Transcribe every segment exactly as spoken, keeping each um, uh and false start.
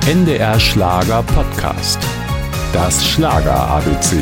N D R Schlager Podcast. Das Schlager-A B C.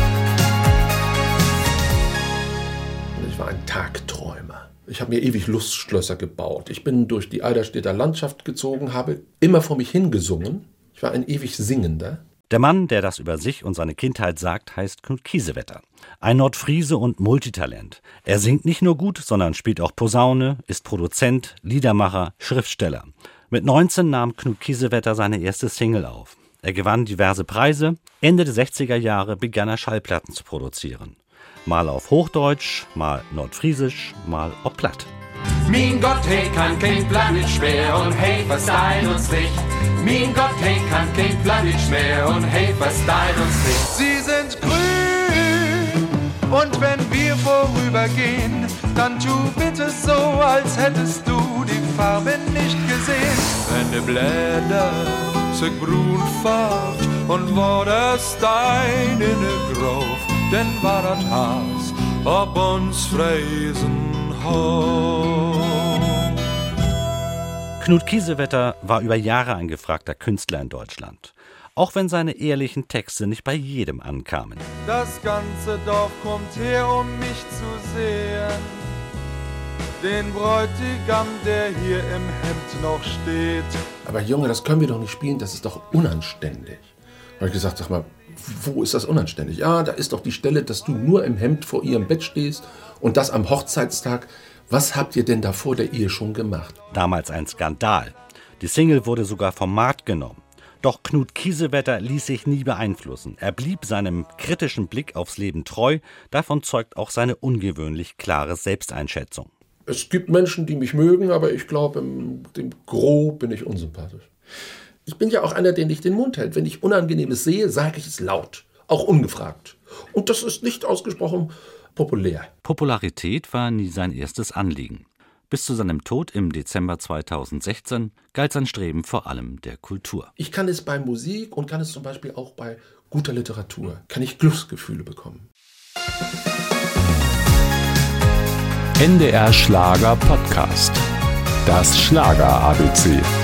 Ich war ein Tagträumer. Ich habe mir ewig Lustschlösser gebaut. Ich bin durch die Eiderstedter Landschaft gezogen, habe immer vor mich hingesungen. Ich war ein ewig Singender. Der Mann, der das über sich und seine Kindheit sagt, heißt Knut Kiesewetter. Ein Nordfriese und Multitalent. Er singt nicht nur gut, sondern spielt auch Posaune, ist Produzent, Liedermacher, Schriftsteller. Mit neunzehn nahm Knut Kiesewetter seine erste Single auf. Er gewann diverse Preise. Ende der sechziger Jahre begann er Schallplatten zu produzieren. Mal auf Hochdeutsch, mal Nordfriesisch, mal auf Platt. Mein Gott, hey, kann kein Plan nicht mehr und hey, was dein uns nicht. Mein Gott, hey, kann kein Plan nicht mehr und hey, was dein uns nicht. Sie sind grün und wenn wir vorübergehen, dann tu bitte so, als hättest du die Farbe nicht gesehen. Wenn die Blätter sich brun färbt und war das deine Grauf, denn war das Haas ob uns fräsen. Knut Kiesewetter war über Jahre ein gefragter Künstler in Deutschland. Auch wenn seine ehrlichen Texte nicht bei jedem ankamen. Das ganze Dorf kommt her, um mich zu sehen. Den Bräutigam, der hier im Hemd noch steht. Aber Junge, das können wir doch nicht spielen, das ist doch unanständig. Da habe ich gesagt, sag mal, wo ist das unanständig? Ja, da ist doch die Stelle, dass du nur im Hemd vor ihrem Bett stehst und das am Hochzeitstag. Was habt ihr denn da vor der Ehe schon gemacht? Damals ein Skandal. Die Single wurde sogar vom Markt genommen. Doch Knut Kiesewetter ließ sich nie beeinflussen. Er blieb seinem kritischen Blick aufs Leben treu. Davon zeugt auch seine ungewöhnlich klare Selbsteinschätzung. Es gibt Menschen, die mich mögen, aber ich glaube, im dem Gros bin ich unsympathisch. Ich bin ja auch einer, der nicht den Mund hält. Wenn ich Unangenehmes sehe, sage ich es laut, auch ungefragt. Und das ist nicht ausgesprochen populär. Popularität war nie sein erstes Anliegen. Bis zu seinem Tod im Dezember zweitausendsechzehn galt sein Streben vor allem der Kultur. Ich kann es bei Musik und kann es zum Beispiel auch bei guter Literatur, kann ich Glücksgefühle bekommen. N D R Schlager Podcast. Das Schlager-A B C.